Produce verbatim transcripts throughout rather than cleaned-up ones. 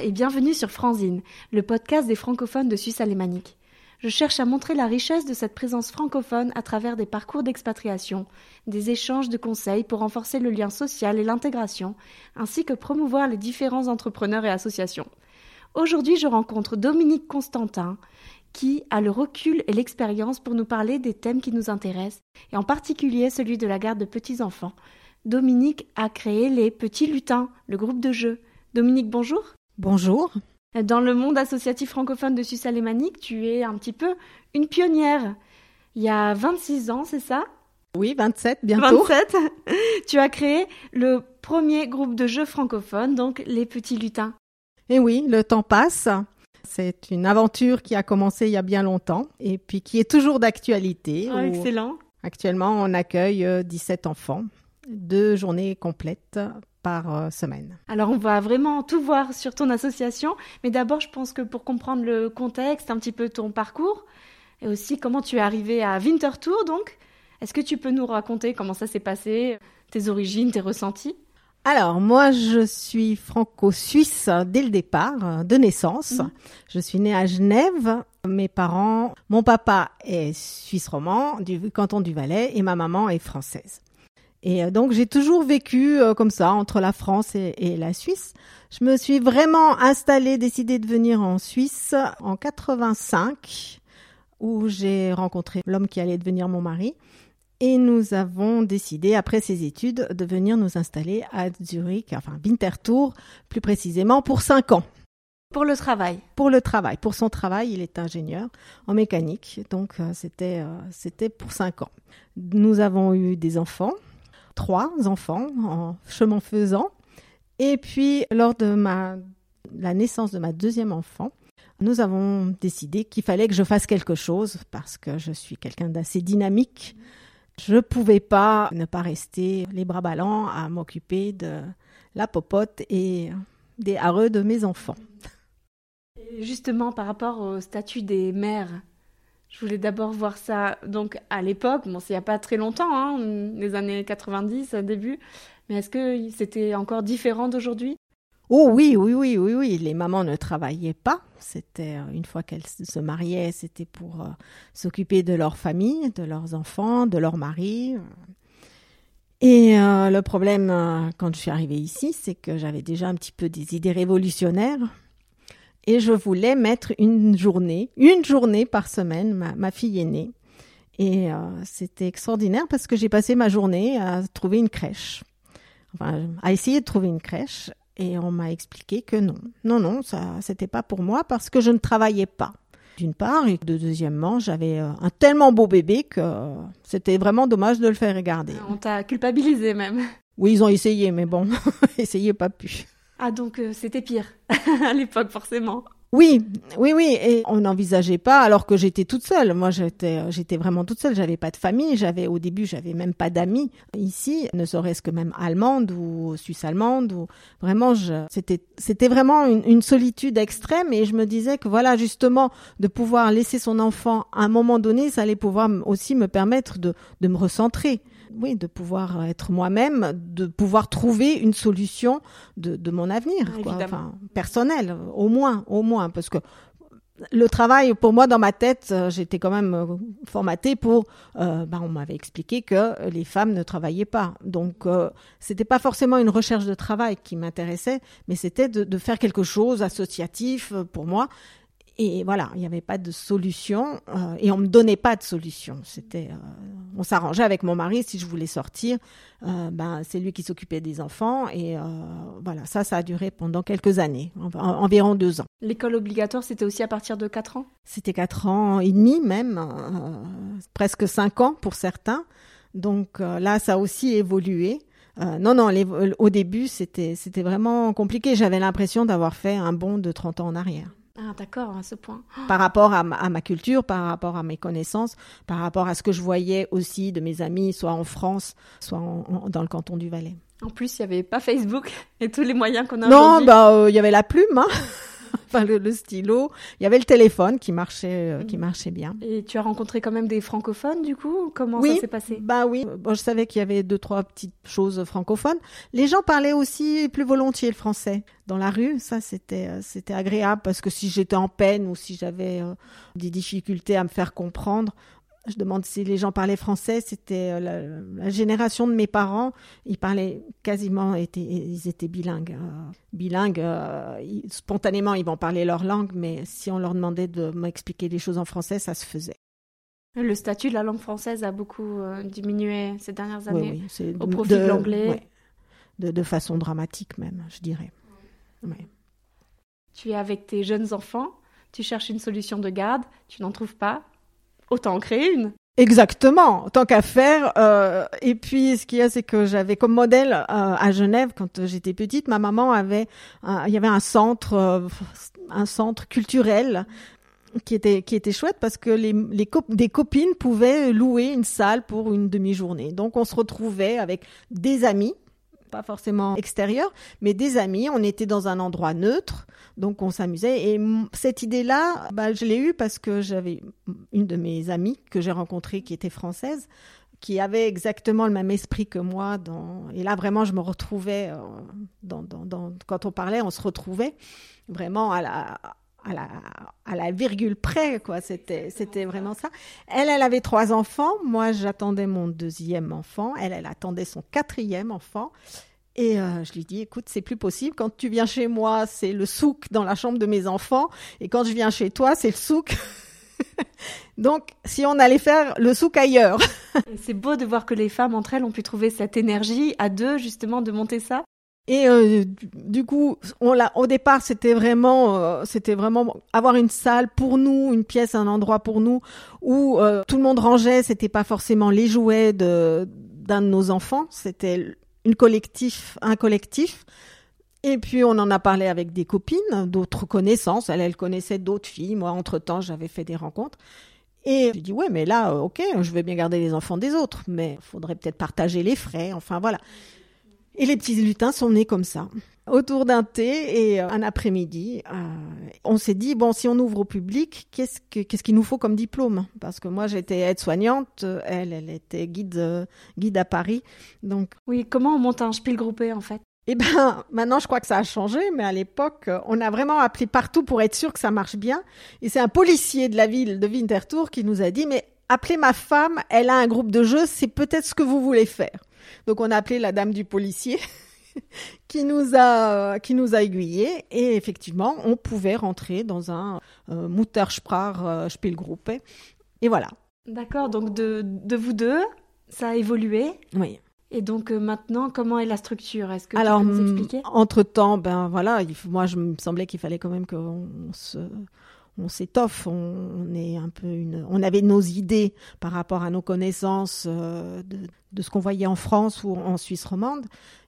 et bienvenue sur Franzine, le podcast des francophones de Suisse alémanique. Je cherche à montrer la richesse de cette présence francophone à travers des parcours d'expatriation, des échanges de conseils pour renforcer le lien social et l'intégration, ainsi que promouvoir les différents entrepreneurs et associations. Aujourd'hui, je rencontre Dominique Constantin, qui a le recul et l'expérience pour nous parler des thèmes qui nous intéressent, et en particulier celui de la garde de petits-enfants. Dominique a créé les Petits Lutins, le groupe de jeu. Dominique, bonjour. Bonjour. Dans le monde associatif francophone de Suisse alémanique, tu es un petit peu une pionnière. Il y a vingt-six ans, c'est ça ? Oui, vingt-sept bientôt. vingt-sept. Tu as créé le premier groupe de jeux francophone, donc les Petits Lutins. Et oui, le temps passe. C'est une aventure qui a commencé il y a bien longtemps et puis qui est toujours d'actualité. Oh, excellent. Actuellement, on accueille dix-sept enfants, deux journées complètes par semaine. Alors, on va vraiment tout voir sur ton association, mais d'abord, je pense que pour comprendre le contexte, un petit peu ton parcours, et aussi comment tu es arrivé à Winterthur, donc, est-ce que tu peux nous raconter comment ça s'est passé, tes origines, tes ressentis ? Alors, moi, je suis franco-suisse dès le départ, de naissance. Mmh. Je suis née à Genève. Mes parents, mon papa est suisse romand, du canton du Valais, et ma maman est française. Et donc, j'ai toujours vécu euh, comme ça, entre la France et, et la Suisse. Je me suis vraiment installée, décidé de venir en Suisse en quatre-vingt-cinq, où j'ai rencontré l'homme qui allait devenir mon mari. Et nous avons décidé, après ces études, de venir nous installer à Zurich, enfin Winterthur, plus précisément, pour cinq ans. Pour le travail. Pour le travail. Pour son travail, il est ingénieur en mécanique. Donc, euh, c'était, euh, c'était pour cinq ans. Nous avons eu des enfants. Trois enfants en chemin faisant. Et puis, lors de ma, la naissance de ma deuxième enfant, nous avons décidé qu'il fallait que je fasse quelque chose parce que je suis quelqu'un d'assez dynamique. Je ne pouvais pas ne pas rester les bras ballants à m'occuper de la popote et des hareux de mes enfants. Et justement, par rapport au statut des mères, je voulais d'abord voir ça, donc à l'époque, bon, c'est il n'y a pas très longtemps, hein, les années quatre-vingt-dix, début, mais est-ce que c'était encore différent d'aujourd'hui ? Oh oui, oui, oui, oui, oui, les mamans ne travaillaient pas. C'était, une fois qu'elles se mariaient, c'était pour euh, s'occuper de leur famille, de leurs enfants, de leur mari. Et euh, le problème, euh, quand je suis arrivée ici, c'est que j'avais déjà un petit peu des idées révolutionnaires. Et je voulais mettre une journée, une journée par semaine, ma, ma fille aînée. Et euh, c'était extraordinaire parce que j'ai passé ma journée à trouver une crèche. Enfin, à essayer de trouver une crèche. Et on m'a expliqué que non. Non, non, ça, c'était pas pour moi parce que je ne travaillais pas. D'une part, et de deuxièmement, j'avais un tellement beau bébé que c'était vraiment dommage de le faire regarder. On t'a culpabilisé même. Oui, ils ont essayé, mais bon, essayer pas pu. Ah, donc euh, c'était pire à l'époque, forcément. Oui, oui, oui, et on n'envisageait pas, alors que j'étais toute seule. Moi, j'étais, j'étais vraiment toute seule. J'avais pas de famille. J'avais, au début, j'avais même pas d'amis ici, ne serait-ce que même allemande ou suisse-allemande. Ou vraiment, je, c'était, c'était vraiment une, une solitude extrême. Et je me disais que voilà, justement, de pouvoir laisser son enfant à un moment donné, ça allait pouvoir aussi me permettre de, de me recentrer. Oui, de pouvoir être moi-même, de pouvoir trouver une solution de, de mon avenir, ah, quoi. Enfin, personnel, au moins, au moins, parce que le travail, pour moi, dans ma tête, j'étais quand même formatée pour. Euh, ben, on m'avait expliqué que les femmes ne travaillaient pas, donc euh, c'était pas forcément une recherche de travail qui m'intéressait, mais c'était de, de faire quelque chose associatif pour moi. Et voilà, il n'y avait pas de solution euh, et on me donnait pas de solution. C'était, euh, on s'arrangeait avec mon mari si je voulais sortir. Euh, ben c'est lui qui s'occupait des enfants et euh, voilà, ça, ça a duré pendant quelques années, en, en, environ deux ans. L'école obligatoire, c'était aussi à partir de quatre ans ? C'était quatre ans et demi même, euh, presque cinq ans pour certains. Donc euh, là, ça a aussi évolué. Euh, non, non, les, au début, c'était, c'était vraiment compliqué. J'avais l'impression d'avoir fait un bond de trente ans en arrière. Ah, d'accord, à ce point. Par rapport à ma, à ma culture, par rapport à mes connaissances, par rapport à ce que je voyais aussi de mes amis, soit en France, soit en, en, dans le canton du Valais. En plus, il n'y avait pas Facebook et tous les moyens qu'on a non, aujourd'hui. Non, bah, il euh, y avait la plume, hein. enfin le, le stylo. Il y avait le téléphone qui marchait, euh, qui marchait bien. Et tu as rencontré quand même des francophones, du coup? Comment oui, ça s'est passé? Bah oui, bon, je savais qu'il y avait deux, trois petites choses francophones. Les gens parlaient aussi plus volontiers le français dans la rue. Ça, c'était, euh, c'était agréable parce que si j'étais en peine ou si j'avais euh, des difficultés à me faire comprendre, je demande si les gens parlaient français. C'était la, la génération de mes parents. Ils parlaient quasiment, étaient, ils étaient bilingues. Euh, bilingues, euh, ils, spontanément, ils vont parler leur langue, mais si on leur demandait de m'expliquer des choses en français, ça se faisait. Le statut de la langue française a beaucoup euh, diminué ces dernières années, oui, oui, c'est au de, profit de, de l'anglais. Ouais, de, de façon dramatique même, je dirais. Ouais. Tu es avec tes jeunes enfants, tu cherches une solution de garde, tu n'en trouves pas. Autant en créer une. Exactement, tant qu'à faire. Euh, et puis, ce qu'il y a, c'est que j'avais comme modèle euh, à Genève, quand j'étais petite, ma maman avait, un, il y avait un centre, euh, un centre culturel qui était qui était chouette parce que les, les cop- des copines pouvaient louer une salle pour une demi-journée. Donc, on se retrouvait avec des amis, pas forcément extérieurs, mais des amis. On était dans un endroit neutre. Donc, on s'amusait. Et cette idée-là, bah, je l'ai eue parce que j'avais une de mes amies que j'ai rencontrée qui était française, qui avait exactement le même esprit que moi. Dans... Et là, vraiment, je me retrouvais, euh, dans, dans, dans... quand on parlait, on se retrouvait vraiment à la, à la, à la virgule près, quoi. C'était, c'était vraiment ça. Elle, elle avait trois enfants. Moi, j'attendais mon deuxième enfant. Elle, elle attendait son quatrième enfant. Et euh, je lui dis, écoute, c'est plus possible. Quand tu viens chez moi, c'est le souk dans la chambre de mes enfants. Et quand je viens chez toi, c'est le souk. Donc, si on allait faire le souk ailleurs. C'est beau de voir que les femmes, entre elles, ont pu trouver cette énergie à deux, justement, de monter ça. Et euh, du coup, on l'a, au départ, c'était vraiment, euh, c'était vraiment avoir une salle pour nous, une pièce, un endroit pour nous, où euh, tout le monde rangeait. C'était pas forcément les jouets de, d'un de nos enfants. C'était une collectif, un collectif. Et puis, on en a parlé avec des copines, d'autres connaissances. Elle, elle connaissait d'autres filles. Moi, entre-temps, j'avais fait des rencontres. Et j'ai dit, ouais, mais là, euh, ok, je vais bien garder les enfants des autres, mais il faudrait peut-être partager les frais. Enfin, voilà. Et les petits lutins sont nés comme ça, autour d'un thé et euh, un après-midi. Euh, on s'est dit, bon, si on ouvre au public, qu'est-ce, que, qu'est-ce qu'il nous faut comme diplôme ? Parce que moi, j'étais aide-soignante, elle, elle était guide, euh, guide à Paris. Donc, oui, comment on monte un spiel groupé, en fait ? Eh ben, maintenant, je crois que ça a changé, mais à l'époque, on a vraiment appelé partout pour être sûr que ça marche bien. Et c'est un policier de la ville de Winterthur qui nous a dit, mais appelez ma femme, elle a un groupe de jeu, c'est peut-être ce que vous voulez faire. Donc, on a appelé la dame du policier qui nous a, qui nous a aiguillés. Et effectivement, on pouvait rentrer dans un euh, Muttersprach euh, Spielgruppe. Et voilà. D'accord, donc de, de vous deux, ça a évolué. Oui. Et donc euh, maintenant, comment est la structure ? Est-ce que Alors, tu peux nous expliquer ? Entre-temps, ben voilà, il faut, moi, je me semblait qu'il fallait quand même qu'on se... on s'étoffe, on, on est un peu une, on avait nos idées par rapport à nos connaissances euh, de, de ce qu'on voyait en France ou en Suisse romande,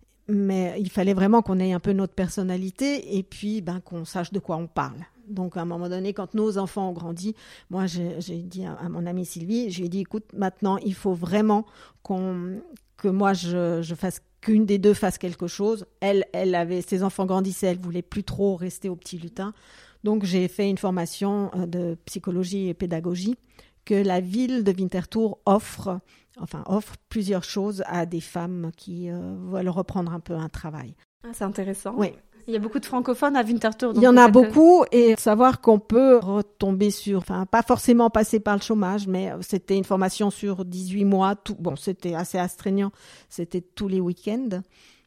mais il fallait vraiment qu'on ait un peu notre personnalité et puis ben qu'on sache de quoi on parle. Donc à un moment donné, quand nos enfants ont grandi, moi j'ai, j'ai dit à, à mon amie Sylvie, j'ai dit écoute, maintenant il faut vraiment qu'on, que moi je, je fasse qu'une des deux fasse quelque chose. Elle, elle avait ses enfants grandissaient, elle voulait plus trop rester au petit lutin. Donc, j'ai fait une formation de psychologie et pédagogie que la ville de Winterthur offre, enfin, offre plusieurs choses à des femmes qui euh, veulent reprendre un peu un travail. Ah, c'est intéressant. Oui. Il y a beaucoup de francophones à Winterthur. Il y en a beaucoup et savoir qu'on peut retomber sur, enfin, pas forcément passer par le chômage, mais c'était une formation sur dix-huit mois. Tout, bon, c'était assez astreignant. C'était tous les week-ends.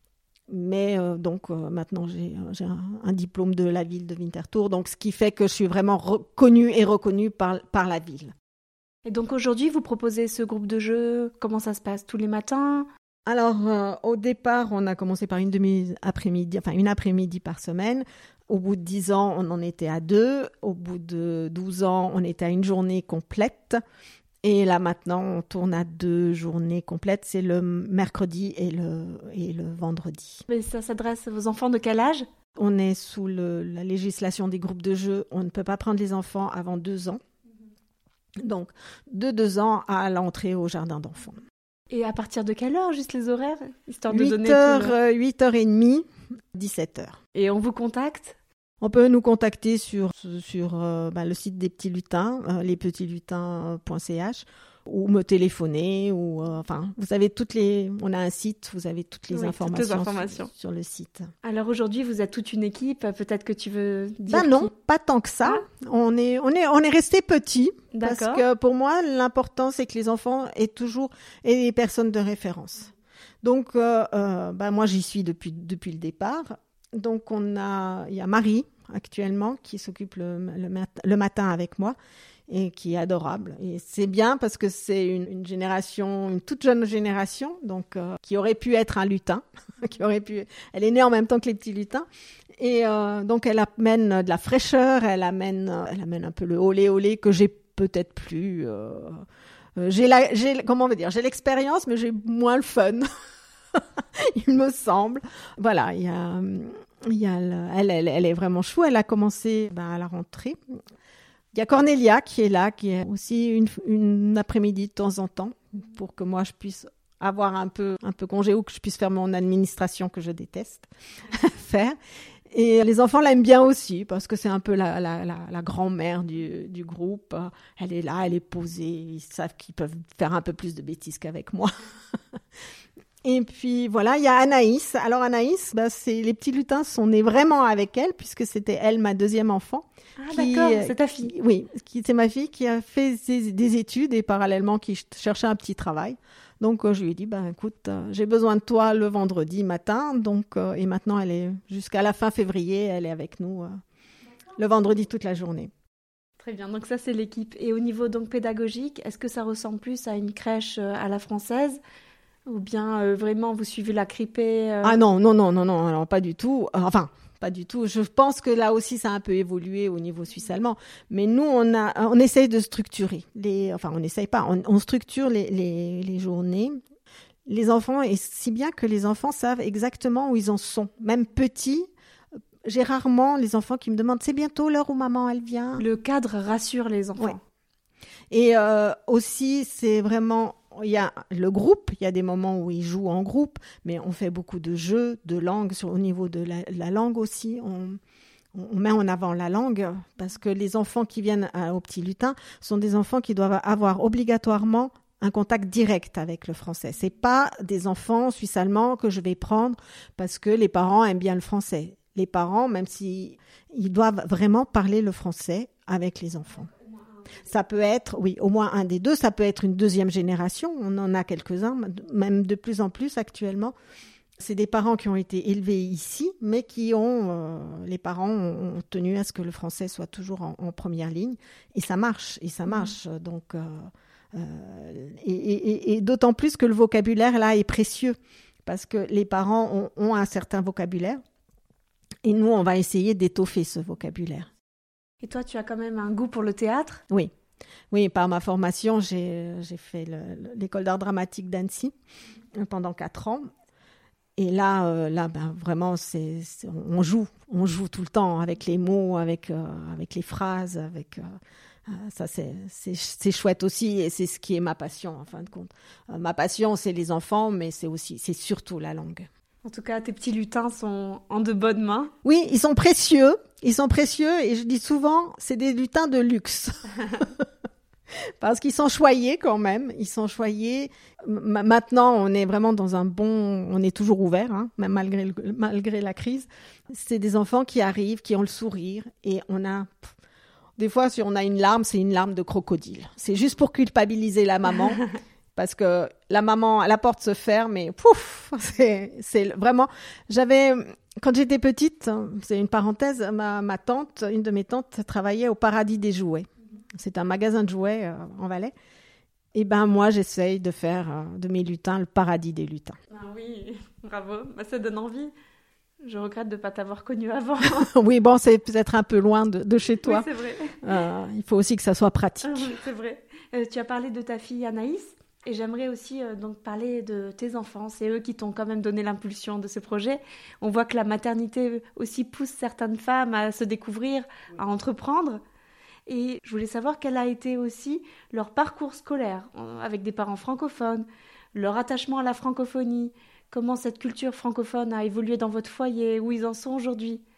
Mais euh, donc euh, maintenant j'ai, j'ai un, un diplôme de la ville de Winterthur, donc ce qui fait que je suis vraiment reconnue et reconnue par, par la ville. Et donc aujourd'hui vous proposez ce groupe de jeu, comment ça se passe tous les matins ? Alors euh, au départ on a commencé par une demi-après-midi, enfin une après-midi par semaine. Au bout de dix ans on en était à deux, au bout de douze ans on était à une journée complète. Et là, maintenant, on tourne à deux journées complètes. C'est le mercredi et le, et le vendredi. Mais ça s'adresse aux enfants de quel âge ? On est sous le, la législation des groupes de jeu. On ne peut pas prendre les enfants avant deux ans. Donc, de deux ans à l'entrée au jardin d'enfants. Et à partir de quelle heure, juste les horaires ? Histoire de huit donner heures, le... huit heures trente, dix-sept heures. Et on vous contacte ? On peut nous contacter sur, sur euh, bah, le site des Petits Lutins, euh, les petits lutins point c h, ou me téléphoner, ou euh, enfin, vous avez toutes les, on a un site, vous avez toutes les oui, informations, toutes les informations. Sur, sur le site. Alors aujourd'hui, vous êtes toute une équipe, peut-être que tu veux dire Ben non, qui... pas tant que ça. Ah. On est, on est, on est resté petit. D'accord. Parce que pour moi, l'important, c'est que les enfants aient toujours et les personnes de référence. Donc, euh, euh, ben moi, j'y suis depuis depuis le départ. Donc, on a, il y a Marie actuellement qui s'occupe le, le, mat- le matin avec moi et qui est adorable. Et c'est bien parce que c'est une, une génération, une toute jeune génération, donc euh, qui aurait pu être un lutin, qui aurait pu. Elle est née en même temps que les petits lutins, et euh, donc elle amène de la fraîcheur, elle amène, elle amène un peu le olé olé que j'ai peut-être plus. Euh, euh, j'ai la, j'ai comment on va dire, j'ai l'expérience, mais j'ai moins le fun. Il me semble. Voilà, il y a, il y a le, elle, elle, elle est vraiment chou. Elle a commencé ben, à la rentrée. Il y a Cornélia qui est là, qui est aussi une, une après-midi de temps en temps, pour que moi je puisse avoir un peu, un peu congé ou que je puisse faire mon administration que je déteste faire. Et les enfants l'aiment bien aussi parce que c'est un peu la, la, la, la grand-mère du, du groupe. Elle est là, elle est posée. Ils savent qu'ils peuvent faire un peu plus de bêtises qu'avec moi. Et puis voilà, il y a Anaïs. Alors Anaïs, bah, c'est, les petits lutins sont nés vraiment avec elle puisque c'était elle, ma deuxième enfant. Ah qui, d'accord, c'est ta fille. Oui, qui, c'est ma fille qui a fait des, des études et parallèlement qui cherchait un petit travail. Donc euh, je lui ai dit, bah, écoute, euh, j'ai besoin de toi le vendredi matin. Donc, euh, et maintenant, elle est jusqu'à la fin février, elle est avec nous euh, le vendredi toute la journée. Très bien, donc ça c'est l'équipe. Et au niveau donc pédagogique, est-ce que ça ressemble plus à une crèche euh, à la française ? Ou bien euh, vraiment vous suivez la cripée euh... Ah non, non, non, non, non, alors pas du tout. Enfin, pas du tout. Je pense que là aussi ça a un peu évolué au niveau suisse-allemand. Mais nous, on a, on essaye de structurer. Les, enfin, on n'essaye pas. On, on structure les, les, les journées. Les enfants, et si bien que les enfants savent exactement où ils en sont. Même petits, j'ai rarement les enfants qui me demandent c'est bientôt l'heure où maman elle vient. Le cadre rassure les enfants. Ouais. Et euh, aussi, c'est vraiment. Il y a le groupe, il y a des moments où ils jouent en groupe, mais on fait beaucoup de jeux, de langue, sur, au niveau de la, la langue aussi. On, on met en avant la langue parce que les enfants qui viennent à, au Petit Lutin sont des enfants qui doivent avoir obligatoirement un contact direct avec le français. C'est pas des enfants suisse-allemands que je vais prendre parce que les parents aiment bien le français. Les parents, même si ils doivent vraiment parler le français avec les enfants. Ça peut être, oui, au moins un des deux. Ça peut être une deuxième génération. On en a quelques-uns, même de plus en plus actuellement. C'est des parents qui ont été élevés ici, mais qui ont, euh, les parents ont, ont tenu à ce que le français soit toujours en, en première ligne. Et ça marche, et ça marche. Mmh. Donc, euh, euh, et, et, et d'autant plus que le vocabulaire là est précieux, parce que les parents ont, ont un certain vocabulaire, et nous, on va essayer d'étoffer ce vocabulaire. Et toi, tu as quand même un goût pour le théâtre ? Oui. Oui, par ma formation, j'ai, j'ai fait le, l'école d'art dramatique d'Annecy pendant quatre ans. Et là, euh, là ben, vraiment, c'est, c'est, on joue. On joue tout le temps avec les mots, avec, euh, avec les phrases. Avec, euh, euh, ça, c'est, c'est, c'est chouette aussi. Et c'est ce qui est ma passion, en fin de compte. Euh, ma passion, c'est les enfants, mais c'est, aussi, c'est surtout la langue. En tout cas, tes petits lutins sont en de bonnes mains. Oui, ils sont précieux. Ils sont précieux et je dis souvent, c'est des lutins de luxe. Parce qu'ils sont choyés quand même. Ils sont choyés. M- maintenant, on est vraiment dans un bon... On est toujours ouvert, hein, même malgré, le, malgré la crise. C'est des enfants qui arrivent, qui ont le sourire. Et on a... Des fois, si on a une larme, c'est une larme de crocodile. C'est juste pour culpabiliser la maman. Parce que la maman, la porte se ferme et pouf, c'est, c'est vraiment... J'avais, quand j'étais petite, c'est une parenthèse, ma, ma tante, une de mes tantes, travaillait au Paradis des Jouets. C'est un magasin de jouets euh, en Valais. Et ben moi, j'essaye de faire euh, de mes lutins le paradis des lutins. Ah oui, bravo, bah, ça donne envie. Je regrette de ne pas t'avoir connu avant. Oui, bon, c'est peut-être un peu loin de, de chez toi. Oui, c'est vrai. Euh, il faut aussi que ça soit pratique. Ah oui, c'est vrai. Euh, tu as parlé de ta fille Anaïs. Et j'aimerais aussi euh, donc parler de tes enfants. C'est eux qui t'ont quand même donné l'impulsion de ce projet. On voit que la maternité aussi pousse certaines femmes à se découvrir, oui. à entreprendre. Et je voulais savoir quel a été aussi leur parcours scolaire avec des parents francophones, leur attachement à la francophonie, comment cette culture francophone a évolué dans votre foyer, où ils en sont aujourd'hui.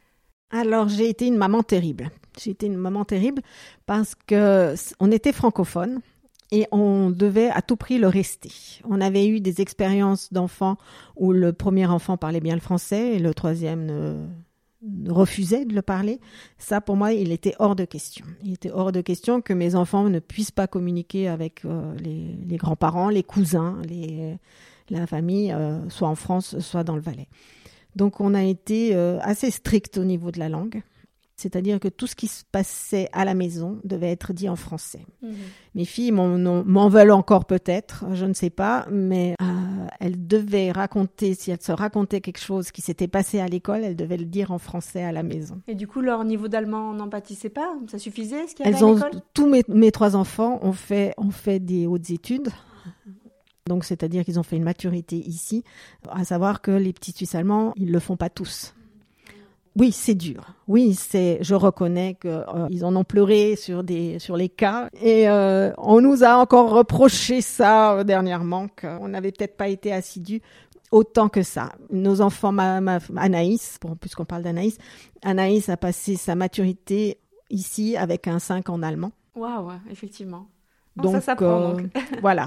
Alors, j'ai été une maman terrible. J'ai été une maman terrible parce qu'on était francophone et on devait à tout prix le rester. On avait eu des expériences d'enfants où le premier enfant parlait bien le français et le troisième ne, ne refusait de le parler. Ça, pour moi, il était hors de question. Il était hors de question que mes enfants ne puissent pas communiquer avec euh, les, les grands-parents, les cousins, les, la famille, euh, soit en France, soit dans le Valais. Donc, on a été euh, assez strict au niveau de la langue. C'est-à-dire que tout ce qui se passait à la maison devait être dit en français. Mmh. Mes filles m'en, m'en veulent encore peut-être, je ne sais pas, mais euh, elles devaient raconter, si elles se racontaient quelque chose qui s'était passé à l'école, elles devaient le dire en français à la maison. Et du coup, leur niveau d'allemand n'en pâtissait pas? Ça suffisait, ce qu'il y avait elles à ont, l'école? Tous mes, mes trois enfants ont fait, ont fait des hautes études. Donc, c'est-à-dire qu'ils ont fait une maturité ici. À savoir que les petits Suisses allemands, ils ne le font pas tous. Oui, c'est dur. Oui, c'est. Je reconnais que euh, ils en ont pleuré sur des sur les cas et euh, on nous a encore reproché ça euh, dernièrement qu'on n'avait peut-être pas été assidus autant que ça. Nos enfants, ma, ma, Anaïs, bon, puisqu'on parle d'Anaïs, Anaïs a passé sa maturité ici avec un cinq en allemand. Waouh, effectivement. Non, donc, ça s'apprend. Euh, donc. Voilà,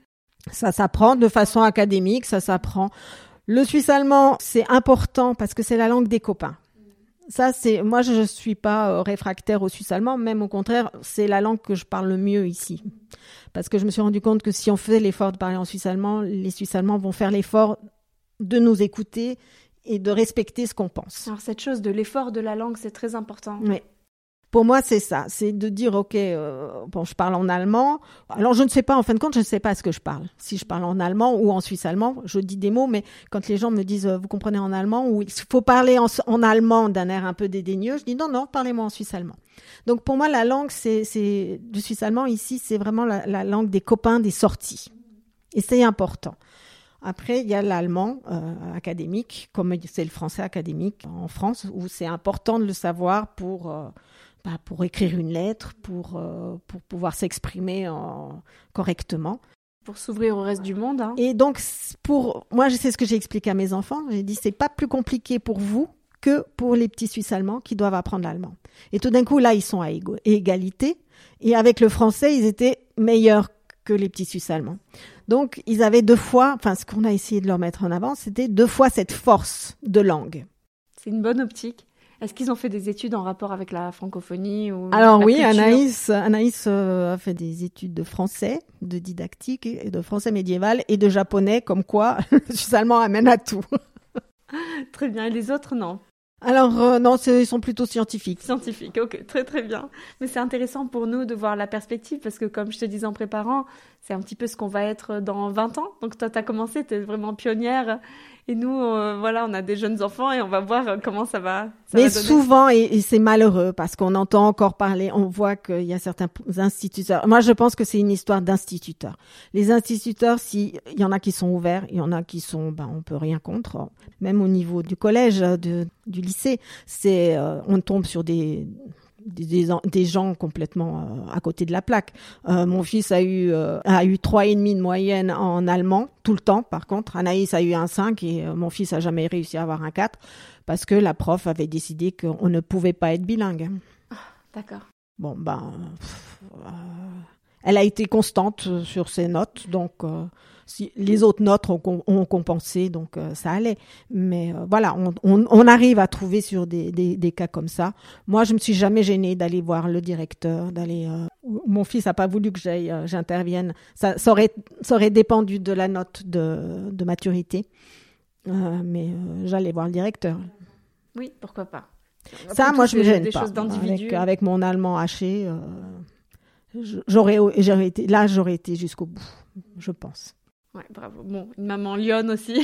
ça s'apprend de façon académique, ça s'apprend. Le suisse-allemand, c'est important parce que c'est la langue des copains. Ça, c'est, moi, je ne suis pas réfractaire au suisse-allemand, même au contraire, c'est la langue que je parle le mieux ici. Parce que je me suis rendu compte que si on fait l'effort de parler en suisse-allemand, les Suisses-allemands vont faire l'effort de nous écouter et de respecter ce qu'on pense. Alors, cette chose de l'effort de la langue, c'est très important. Oui. Pour moi, c'est ça, c'est de dire, ok, euh, bon, je parle en allemand. Alors, je ne sais pas, en fin de compte, je ne sais pas ce que je parle. Si je parle en allemand ou en suisse-allemand, je dis des mots, mais quand les gens me disent, euh, vous comprenez en allemand, ou il faut parler en, en allemand d'un air un peu dédaigneux, je dis, non, non, parlez-moi en suisse-allemand. Donc, pour moi, la langue, c'est, c'est du suisse-allemand ici, c'est vraiment la, la langue des copains, des sorties. Et c'est important. Après, il y a l'allemand euh, académique, comme c'est le français académique en France, où c'est important de le savoir pour... Euh, Bah, pour écrire une lettre, pour, euh, pour pouvoir s'exprimer en, correctement. Pour s'ouvrir au reste du monde. Hein. Et donc, pour moi, c'est ce que j'ai expliqué à mes enfants. J'ai dit, c'est pas plus compliqué pour vous que pour les petits Suisses allemands qui doivent apprendre l'allemand. Et tout d'un coup, là, ils sont à égo- égalité. Et avec le français, ils étaient meilleurs que les petits Suisses allemands. Donc, ils avaient deux fois, enfin, ce qu'on a essayé de leur mettre en avant, c'était deux fois cette force de langue. C'est une bonne optique. Est-ce qu'ils ont fait des études en rapport avec la francophonie ou Alors la oui, culture? Anaïs, Anaïs euh, a fait des études de français, de didactique, et de français médiéval et de japonais, comme quoi le suisse-allemand amène à tout. Très bien, et les autres, non? Alors euh, non, c'est, ils sont plutôt scientifiques. Scientifiques, ok, très très bien. Mais c'est intéressant pour nous de voir la perspective parce que comme je te disais en préparant, c'est un petit peu ce qu'on va être dans vingt ans. Donc toi, tu as commencé, tu es vraiment pionnière. Et nous, euh, voilà, on a des jeunes enfants et on va voir comment ça va. Ça Mais va donner. souvent, et, et c'est malheureux parce qu'on entend encore parler, on voit qu'il y a certains instituteurs. Moi, je pense que c'est une histoire d'instituteurs. Les instituteurs, si il y en a qui sont ouverts, il y en a qui sont, ben, on peut rien contre. Même au niveau du collège, de, du lycée, c'est, euh, on tombe sur des Des, des, des gens complètement euh, à côté de la plaque. Euh, mon fils a eu euh, a eu trois et demi de moyenne en allemand tout le temps. Par contre, Anaïs a eu un cinq et euh, mon fils a jamais réussi à avoir un quatre parce que la prof avait décidé qu'on ne pouvait pas être bilingue. Oh, d'accord. Bon ben, pff, euh, elle a été constante sur ses notes, donc. Euh, Si les autres notes ont, ont compensé, donc euh, ça allait. Mais euh, voilà, on, on, on arrive à trouver sur des, des, des cas comme ça. Moi, je me suis jamais gênée d'aller voir le directeur, d'aller. Euh, mon fils a pas voulu que j'aille, euh, j'intervienne. Ça, ça aurait, ça aurait dépendu de la note de, de maturité, euh, mais euh, j'allais voir le directeur. Oui, pourquoi pas. Après, ça, moi, je me gêne des pas. Choses d'individu. Avec, avec mon allemand haché, euh, j'aurais, j'aurais été là, j'aurais été jusqu'au bout, je pense. Ouais, bravo. Bon, une maman lionne aussi.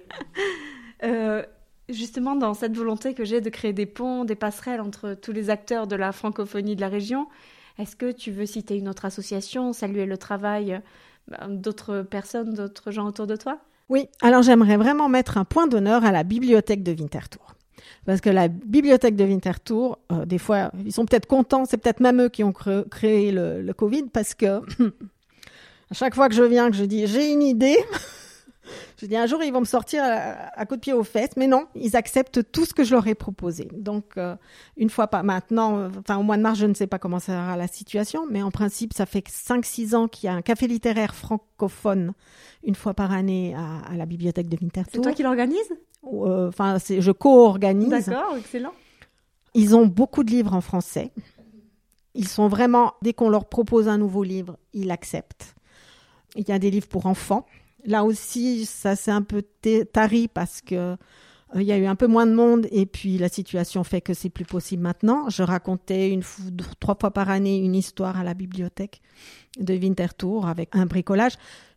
euh, justement, dans cette volonté que j'ai de créer des ponts, des passerelles entre tous les acteurs de la francophonie de la région, est-ce que tu veux citer une autre association, saluer le travail bah, d'autres personnes, d'autres gens autour de toi? Oui, alors j'aimerais vraiment mettre un point d'honneur à la bibliothèque de Winterthur. Parce que la bibliothèque de Winterthur, euh, des fois, ils sont peut-être contents, c'est peut-être même eux qui ont cré- créé le, le Covid, parce que... À chaque fois que je viens, que je dis « j'ai une idée », Je dis, un jour, ils vont me sortir à, à coups de pied aux fesses. Mais non, ils acceptent tout ce que je leur ai proposé. Donc, euh, une fois pas maintenant, euh, enfin, au mois de mars, je ne sais pas comment sera la situation, mais en principe, ça fait cinq six ans qu'il y a un café littéraire francophone une fois par année à, à la bibliothèque de Winterthur. C'est toi qui l'organise ? Enfin, euh, c'est, je co-organise. D'accord, excellent. Ils ont beaucoup de livres en français. Ils sont vraiment, dès qu'on leur propose un nouveau livre, ils l'acceptent. Il y a des livres pour enfants. Là aussi, ça s'est un peu tari parce que euh, il y a eu un peu moins de monde et puis la situation fait que c'est plus possible maintenant. Je racontais une fois, deux, trois fois par année une histoire à la bibliothèque de Winterthur avec un bricolage.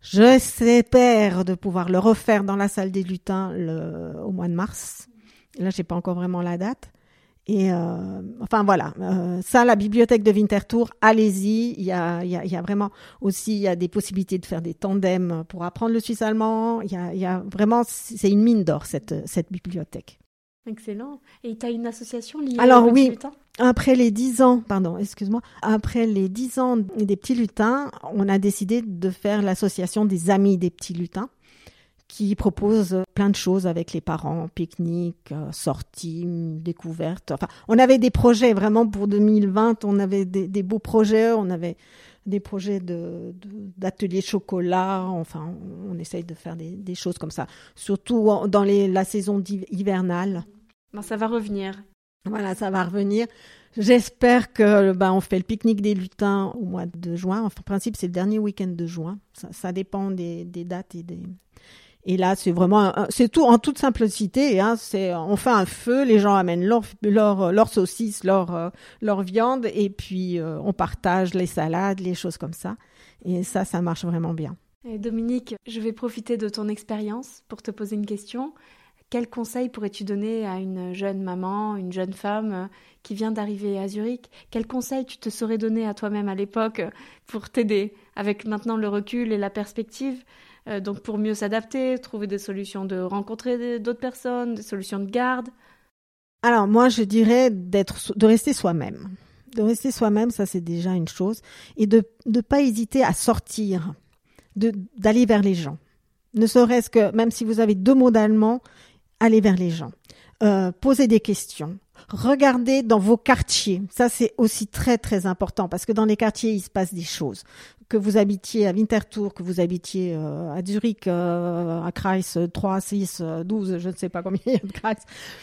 J'espère de pouvoir le refaire dans la salle des lutins le, au mois de mars. Là, j'ai pas encore vraiment la date. Et euh, enfin voilà, euh, ça, la bibliothèque de Winterthur, allez-y. Il y a, il y a, il y a vraiment aussi, il y a des possibilités de faire des tandems pour apprendre le suisse allemand. Il y a, il y a vraiment, c'est une mine d'or cette cette bibliothèque. Excellent. Et tu as une association liée Alors aux oui, petits lutins ? Après les dix ans, pardon, excuse-moi, après les dix ans des petits lutins, on a décidé de faire l'association des amis des petits lutins, qui propose plein de choses avec les parents, pique-nique, euh, sorties, découvertes. Enfin, on avait des projets vraiment pour deux mille vingt, on avait des, des beaux projets, on avait des projets de, de, d'ateliers chocolat, enfin, on, on essaye de faire des, des choses comme ça, surtout dans les, la saison hivernale. Ben, ça va revenir. Voilà, ça va revenir. J'espère que ben, on fait le pique-nique des lutins au mois de juin. Enfin, en principe, c'est le dernier week-end de juin. Ça, ça dépend des, des dates et des... Et là, c'est vraiment, un, c'est tout en toute simplicité. Hein, c'est, on fait un feu, les gens amènent leur, leur, leur saucisse, leur, euh, leur viande, et puis euh, on partage les salades, les choses comme ça. Et ça, ça marche vraiment bien. Et Dominique, je vais profiter de ton expérience pour te poser une question. Quel conseil pourrais-tu donner à une jeune maman, une jeune femme qui vient d'arriver à Zurich ? Quel conseil tu te serais donné à toi-même à l'époque pour t'aider, avec maintenant le recul et la perspective ? Euh, donc pour mieux s'adapter, trouver des solutions de rencontrer d'autres personnes, des solutions de garde. Alors moi je dirais d'être, de rester soi-même. De rester soi-même, ça c'est déjà une chose. Et de ne pas hésiter à sortir, de, d'aller vers les gens. Ne serait-ce que, même si vous avez deux mots d'allemand, allez vers les gens. Euh, posez des questions. Regardez dans vos quartiers. Ça, c'est aussi très, très important parce que dans les quartiers, il se passe des choses. Que vous habitiez à Winterthur, que vous habitiez euh, à Zurich, euh, à Kreis trois, six, douze, je ne sais pas combien il y a de Kreis.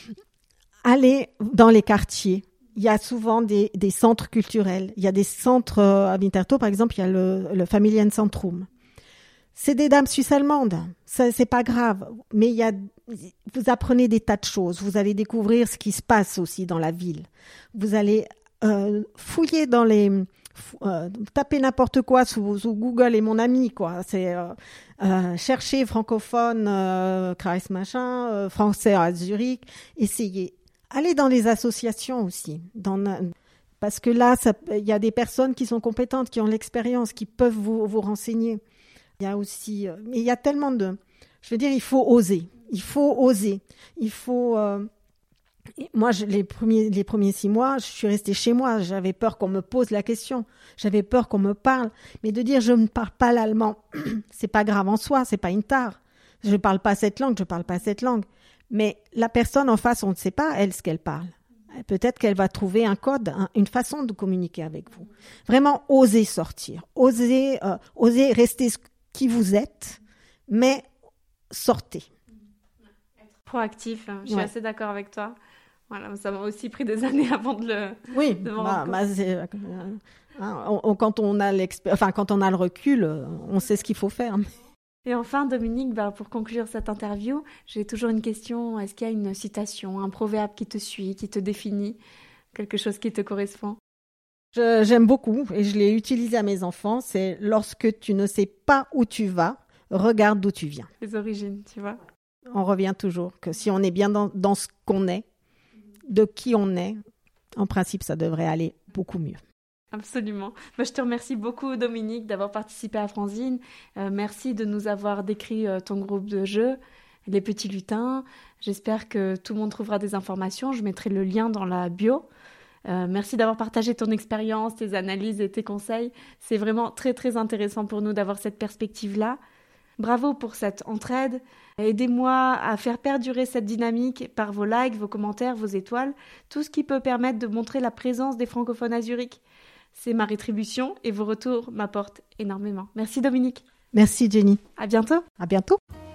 Allez dans les quartiers. Il y a souvent des, des centres culturels. Il y a des centres euh, à Winterthur, par exemple, il y a le, le Familienzentrum. C'est des dames suisses allemandes. Ça, c'est pas grave. Mais il y a, vous apprenez des tas de choses. Vous allez découvrir ce qui se passe aussi dans la ville. Vous allez euh, fouiller dans les, euh, taper n'importe quoi sous, sous Google et mon ami, quoi. C'est euh, euh, chercher francophone, euh, Kreis machin, euh, français à Zurich. Essayez. Allez dans les associations aussi. Dans, parce que là, il y a des personnes qui sont compétentes, qui ont l'expérience, qui peuvent vous, vous renseigner. Il y a aussi, mais il y a tellement de, je veux dire, il faut oser, il faut oser, il faut. Euh, moi, je, les premiers, les premiers six mois, je suis restée chez moi. J'avais peur qu'on me pose la question, j'avais peur qu'on me parle, mais de dire je ne parle pas l'allemand, c'est pas grave en soi, c'est pas une tare. Je parle pas cette langue, je parle pas cette langue, mais la personne en face, on ne sait pas elle ce qu'elle parle. Peut-être qu'elle va trouver un code, un, une façon de communiquer avec vous. Vraiment, oser sortir, oser, euh, oser rester qui vous êtes, mais sortez. Être proactif, je suis ouais. assez d'accord avec toi. Voilà, ça m'a aussi pris des années avant de le. Oui, de bah, bah, c'est, euh, hein, on, on, quand on a l'expé- enfin quand on a le recul, on sait ce qu'il faut faire. Et enfin, Dominique, bah, pour conclure cette interview, j'ai toujours une question. Est-ce qu'il y a une citation, un proverbe qui te suit, qui te définit, quelque chose qui te correspond ? Je, j'aime beaucoup et je l'ai utilisé à mes enfants, c'est lorsque tu ne sais pas où tu vas, regarde d'où tu viens. Les origines, tu vois. On revient toujours que si on est bien dans, dans ce qu'on est, de qui on est, en principe, ça devrait aller beaucoup mieux. Absolument. Moi, je te remercie beaucoup, Dominique, d'avoir participé à Franzine. Euh, merci de nous avoir décrit euh, ton groupe de jeu, les petits lutins. J'espère que tout le monde trouvera des informations. Je mettrai le lien dans la bio. Euh, merci d'avoir partagé ton expérience, tes analyses et tes conseils. C'est vraiment très, très intéressant pour nous d'avoir cette perspective-là. Bravo pour cette entraide. Aidez-moi à faire perdurer cette dynamique par vos likes, vos commentaires, vos étoiles, tout ce qui peut permettre de montrer la présence des francophones à Zurich. C'est ma rétribution et vos retours m'apportent énormément. Merci Dominique. Merci Jenny. À bientôt. À bientôt.